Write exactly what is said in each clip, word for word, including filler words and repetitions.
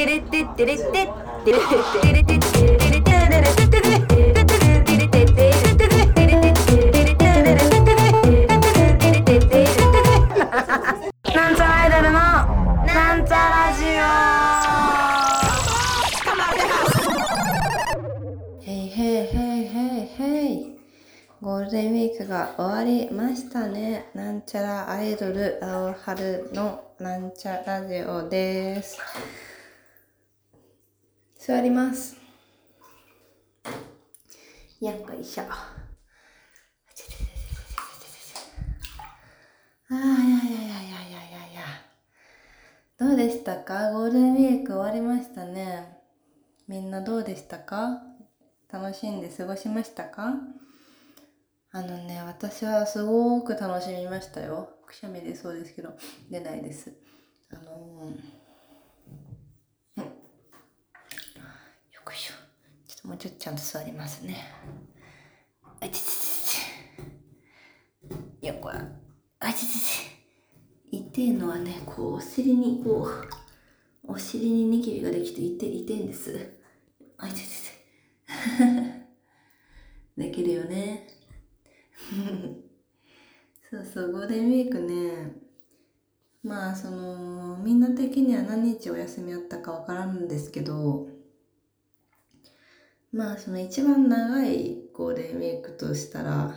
なんちゃらアイドルのなんちゃラジオ。へいへいへいへいへい。ゴールデンウィークが終わりましたね。なんちゃらアイドル青春のなんちゃラジオです。座ります。よっこいしょ。あーいやいやいやいやいやいやいや。どうでしたか？ゴールデンウィーク終わりましたね。みんなどうでしたか？楽しんで過ごしましたか？あのね、私はすごく楽しみましたよ。くしゃみ出そうですけど、出ないです。あのー、よくしょ。ちょっともうちょっとちゃんと座りますね。あちちちち。よっこら。あちちち。痛いのはね、こう、お尻に、こう、お尻にニキビができて痛い、痛いんです。あちちち。できるよね。そうそう、ゴールデンウィークね、まあそのみんな的には何日お休みあったかわからんんですけど、まあその一番長いゴールデンウィークとしたら、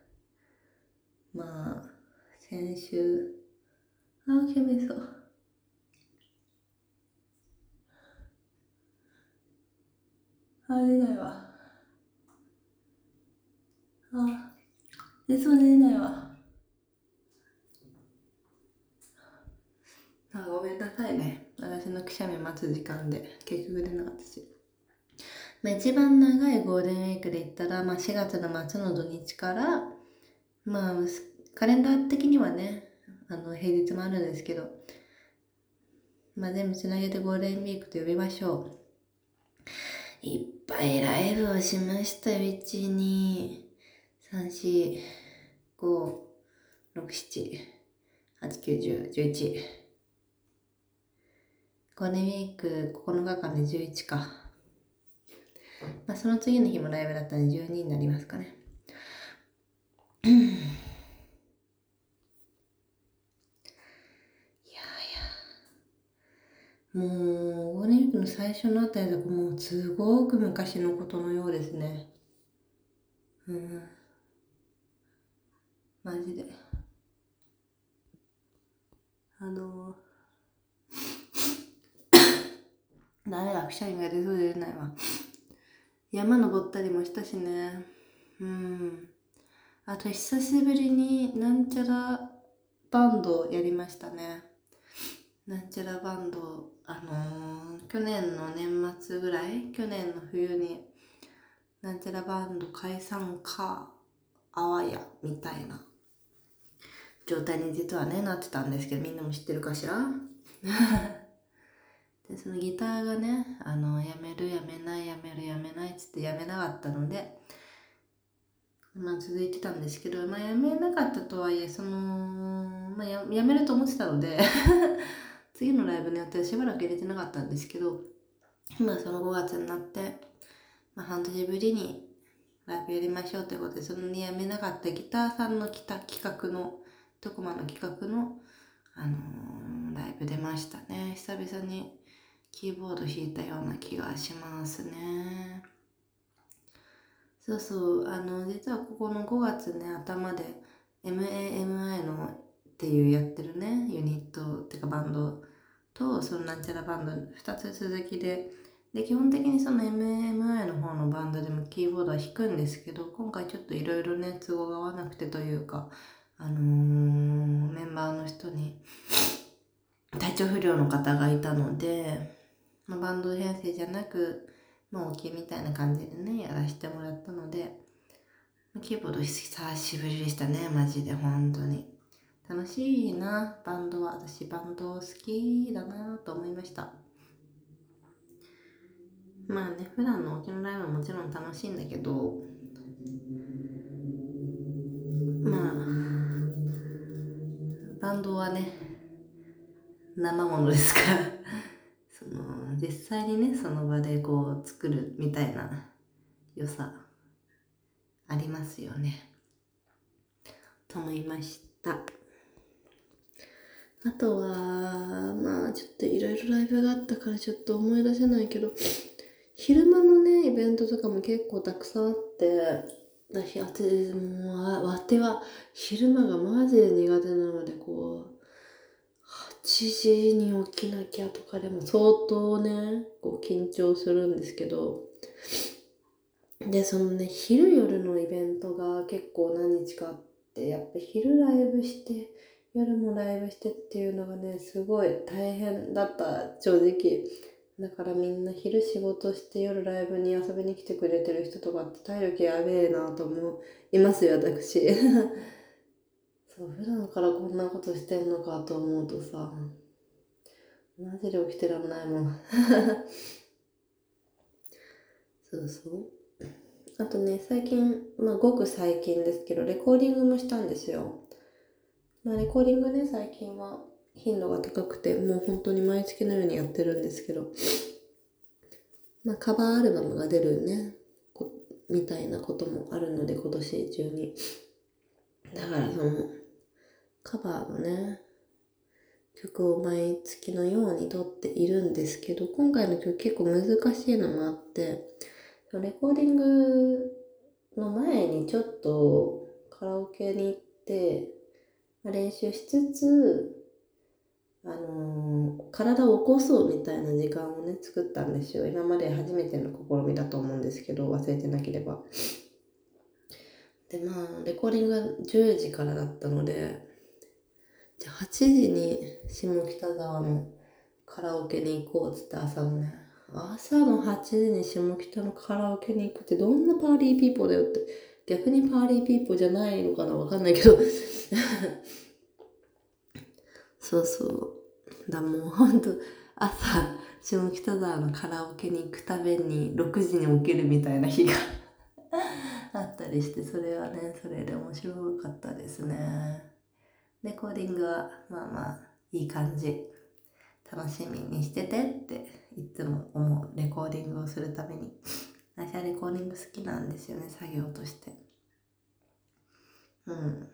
まあ先週、あ、決めそう。あ、出ないわ。あ、出そうで出ないわ。あ、ごめんなさいね。私のくしゃみ待つ時間で結局出なかったし。まあ、一番長いゴールデンウィークで言ったら、まあ、しがつの末の土日から、まあ、カレンダー的にはね、あの平日もあるんですけど、まあ、全部つなげてゴールデンウィークと呼びましょう。いっぱいライブをしましたよ。いち、に、さん、よん、ご、ろく、なな、はち、きゅう、じゅう、じゅういち。ゴールデンウィークここのかかんでじゅういちか。まあ、その次の日もライブだったんでじゅうにになりますかね。いやいや、もう、ゴールデンウィークの最初のあたりとかもうすごく昔のことのようですね。うん。マジで。あのー、ダメだ、くしゃみが出そうで出ないわ。山登ったりもしたしね。うん。あと久しぶりになんちゃらバンドやりましたね。なんちゃらバンド、あのー、去年の年末ぐらい、去年の冬になんちゃらバンド解散かあわやみたいな状態に実はねなってたんですけど、みんなも知ってるかしら？でそのギターがね、あのやめるやめないやめるやめないっつってやめなかったので、まあ続いてたんですけど、まあやめなかったとはいえ、そのまあややめると思ってたので次のライブの予定はしばらく入れてなかったんですけど、まあそのごがつになって、まあ、半年ぶりにライブやりましょうということで、そのやめなかったギターさんの来た企画の、トコマの企画の、あのー、ライブ出ましたね。久々にキーボード弾いたような気がしますね。そうそう、あの、実はここのごがつね、頭で エムエーエムアイ のっていうやってるね、ユニットっていうかバンドと、そのなんちゃらバンドふたつ続きで、で、基本的にその エムエーエムアイ の方のバンドでもキーボードは弾くんですけど、今回ちょっといろいろね、都合が合わなくてというか、あのー、メンバーの人に体調不良の方がいたので、まあ、バンド編成じゃなく、まあ、オケみたいな感じでね、やらせてもらったので、キーボード久しぶりでしたね、マジで、本当に。楽しいな、バンドは。私、バンド好きだなと思いました。まあね、普段のオケのライブももちろん楽しいんだけど、まあ、バンドはね、生ものですから、その実際にねその場でこう作るみたいな良さありますよねと思いました。あとはまあちょっといろいろライブがあったからちょっと思い出せないけど、昼間のねイベントとかも結構たくさんあって、私あてもうわては昼間がマジで苦手なので、こうはちじに起きなきゃとかでも相当ねこう緊張するんですけど、でそのね昼夜のイベントが結構何日かあって、やっぱ昼ライブして夜もライブしてっていうのがねすごい大変だった正直。だからみんな昼仕事して夜ライブに遊びに来てくれてる人とかって体力やべえなと思いますよ私そう普段からこんなことしてんのかと思うとさ、マジで起きてらんないもんそうそうあとね最近まあごく最近ですけどレコーディングもしたんですよ。まあレコーディングね最近は頻度が高くてもう本当に毎月のようにやってるんですけど、まあカバーアルバムが出るねみたいなこともあるので今年中に、だからそのカバーのね曲を毎月のように撮っているんですけど、今回の曲結構難しいのもあって、レコーディングの前にちょっとカラオケに行って練習しつつ、あのー、体を起こそうみたいな時間をね作ったんですよ。今まで初めての試みだと思うんですけど、忘れてなければ。でまあレコーディングがじゅうじからだったので、じゃあはちじに下北沢のカラオケに行こうっつって朝のね朝のはちじに下北のカラオケに行くってどんなパーリーピーポーだよって、逆にパーリーピーポーじゃないのかなわかんないけどそうそうだもうほんと朝下北沢のカラオケに行くためにろくじに起きるみたいな日があったりして、それはねそれで面白かったですね。レコーディングはまあまあいい感じ、楽しみにしててっていつも思う。レコーディングをするために私はレコーディング好きなんですよね、作業として。うん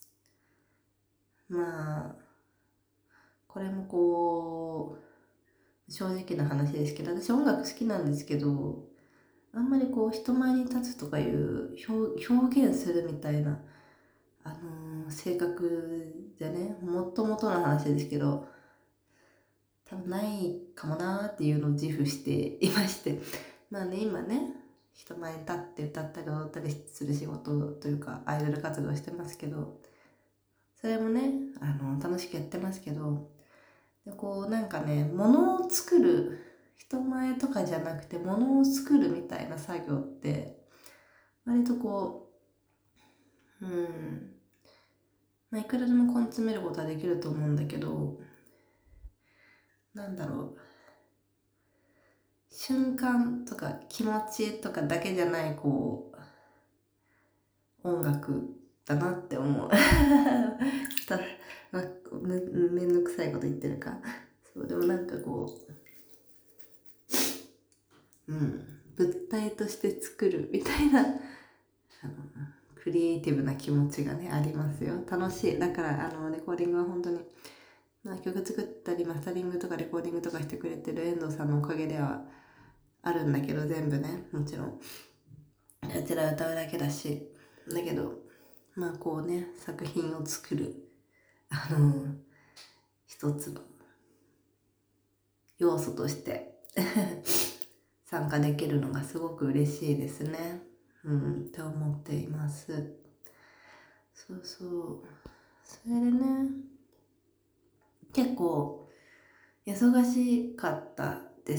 まあこれもこう正直な話ですけど、私音楽好きなんですけど、あんまりこう人前に立つとかいう表、表現するみたいな、あのー、性格じゃね、もっともとの話ですけど多分ないかもなーっていうのを自負していまして、まあね今ね人前に立って歌ったり踊ったりする仕事というかアイドル活動してますけど、それもねあの楽しくやってますけど、でこうなんかね物を作る、人前とかじゃなくて物を作るみたいな作業って割とこううんまあいくらでも根詰めることはできると思うんだけど、なんだろう瞬間とか気持ちとかだけじゃないこう音楽だなって思うた、ま、め, めんどくさいこと言ってるか、そうでもなんかこううん物体として作るみたいなあのクリエイティブな気持ちがねありますよ。楽しい。だからあのレコーディングは本当に、まあ、曲作ったりマスタリングとかレコーディングとかしてくれてる遠藤さんのおかげではあるんだけど、全部ねもちろんやつら歌うだけだし、だけどまあこうね作品を作るあの一つの要素として参加できるのがすごく嬉しいですね。うんって思っています。そうそうそれでね結構忙しかったです、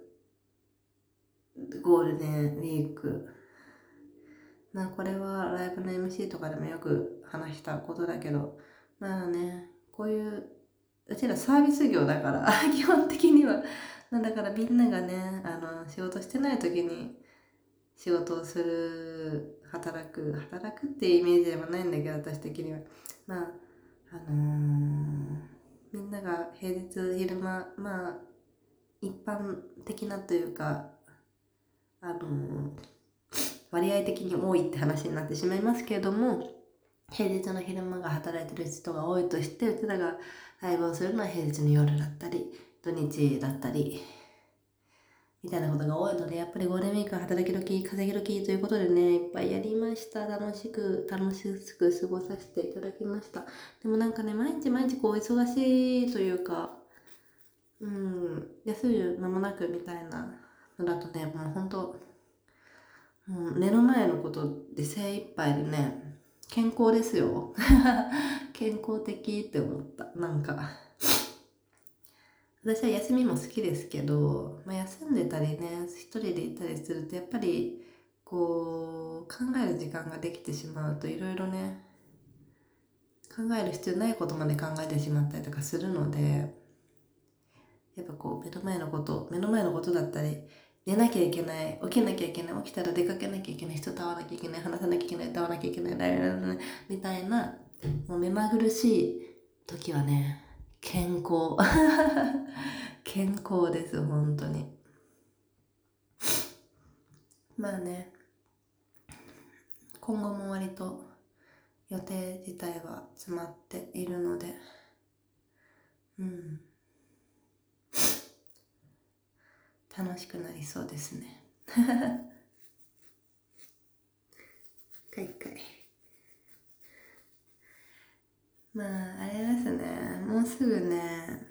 ゴールデンウィーク。まあこれはライブの エムシー とかでもよく話したことだけど、まあねこういううちらサービス業だから基本的にはだからみんながねあの仕事してない時に仕事をする、働く働くっていうイメージでもないんだけど私的にはまああのー、みんなが平日昼間まあ一般的なというか、あの割合的に多いって話になってしまいますけれども、平日の昼間が働いてる人が多いとして、うちらがライブをするのは平日の夜だったり土日だったりみたいなことが多いので、やっぱりゴールデンウィークは働き時稼ぎ時ということでね、いっぱいやりました。楽しく楽しく過ごさせていただきました。でもなんかね、毎日毎日こう忙しいというか、うん休む間もなくみたいなのだとね、もう本当、うん、目の前のことで精一杯でね、健康ですよ。健康的って思った。なんか私は休みも好きですけど、まあ、休んでたりね、一人でいたりするとやっぱりこう考える時間ができてしまうと、いろいろね考える必要ないことまで考えてしまったりとかするので、やっぱこう目の前のこと目の前のことだったり、寝なきゃいけない、起きなきゃいけない、起きたら出かけなきゃいけない、人と会わなきゃいけない、話さなきゃいけない、会わなきゃいけない、みたいな、もう目まぐるしい時はね、健康健康です、本当に。まあね、今後も割と予定自体は詰まっているので、うん楽しくなりそうですね。かいかい。まああれですね、もうすぐね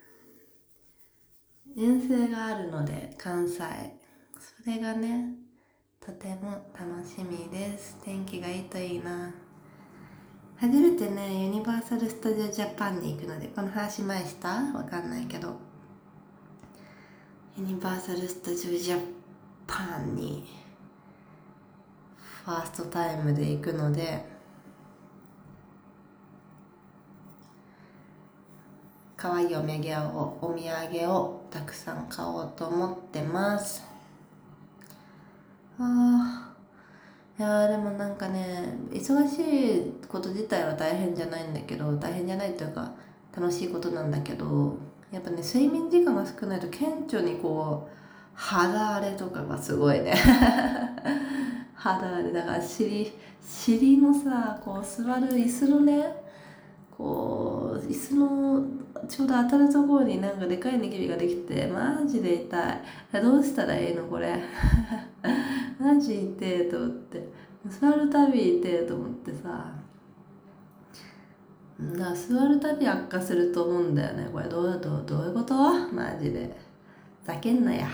遠征があるので、関西、それがねとても楽しみです。天気がいいといいな。初めてねユニバーサル・スタジオ・ジャパンに行くので、この話前したわかんないけど、ユニバーサル・スタジオ・ジャパンにファーストタイムで行くので、可愛いお土産をお土産をたくさん買おうと思ってます。あーいやーでもなんかね、忙しいこと自体は大変じゃないんだけど、大変じゃないというか楽しいことなんだけど、やっぱね睡眠時間が少ないと顕著にこう肌荒れとかがすごいね肌荒れだから、尻尻のさ、こう座る椅子のね、こう椅子のちょうど当たるところになんかでかいニキビができて、マジで痛い。どうしたらいいのこれマジ痛えと思って、座るたび痛えと思ってさ、だから座るたび悪化すると思うんだよね。これどうどうどういうことマジでざけんなや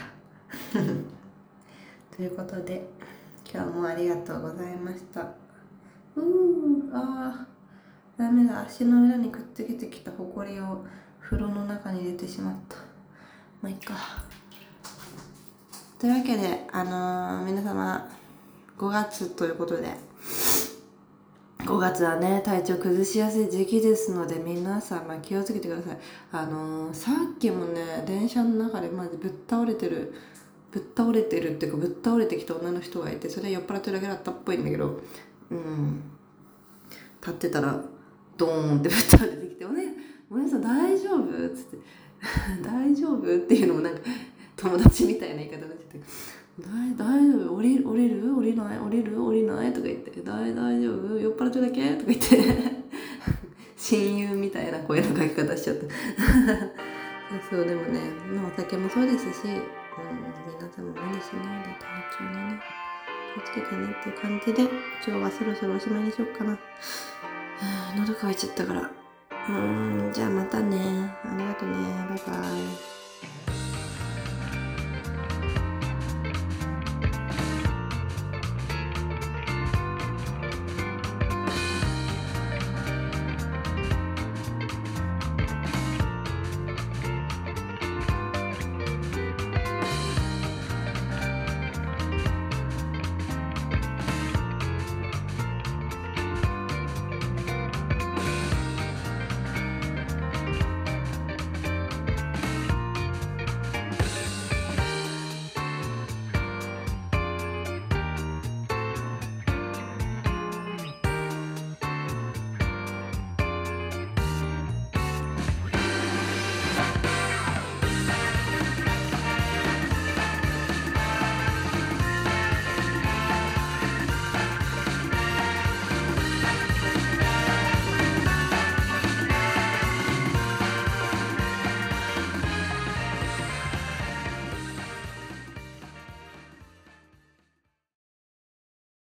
ということで、今日もありがとうございました。うーあーダメだ、足の裏にくっつけてきたホコリを風呂の中に入れてしまった。まあいいか。というわけで、あのー、皆様ごがつということで、ごがつはね体調崩しやすい時期ですので、皆様気をつけてください。あのー、さっきもね電車の中でマジぶっ倒れてるぶっ倒れてるっていうかぶっ倒れてきた女の人がいて、それは酔っ払ってるだけだったっぽいんだけど、うん立ってたらドーンってぶっ倒れてきて、おねお姉さん大丈夫っつって大丈夫っていうのもなんか友達みたいな言い方になっちゃって、大大丈夫降りる降りる降りない降りる降りないとか言って、大大丈夫酔っ払ってるだけとか言って親友みたいな声の書き方しちゃってそうでもね、まあ、お酒もそうですし、うん、皆さんも無理しないで体調にね気をつけてねっていう感じで、今日はそろそろおしまいにしよっかな。喉乾いちゃったから。うーんじゃあまたね、ありがとね、バイバイ。